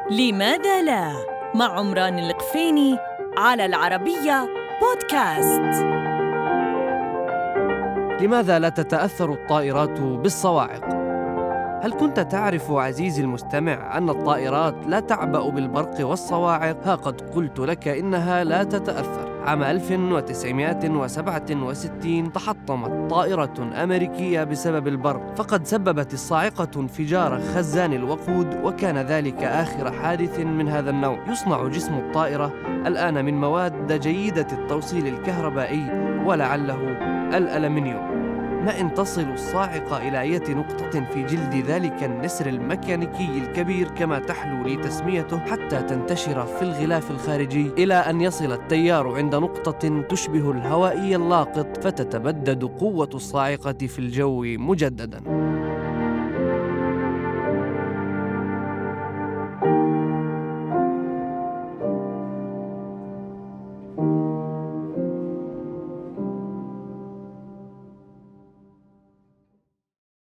لماذا لا؟ مع عمران القفيني على العربية بودكاست. لماذا لا تتأثر الطائرات بالصواعق؟ هل كنت تعرف عزيزي المستمع أن الطائرات لا تعبأ بالبرق والصواعق؟ ها قد قلت لك إنها لا تتأثر. عام 1967 تحطمت طائرة أمريكية بسبب البرق، فقد سببت الصاعقة انفجار خزان الوقود، وكان ذلك آخر حادث من هذا النوع. يصنع جسم الطائرة الآن من مواد جيدة التوصيل الكهربائي ولعله الألمنيوم. ما إن تصل الصاعقة إلى أي نقطة في جلد ذلك النسر الميكانيكي الكبير كما تحلو لي تسميته، حتى تنتشر في الغلاف الخارجي إلى أن يصل التيار عند نقطة تشبه الهوائي اللاقط، فتتبدد قوة الصاعقة في الجو مجدداً.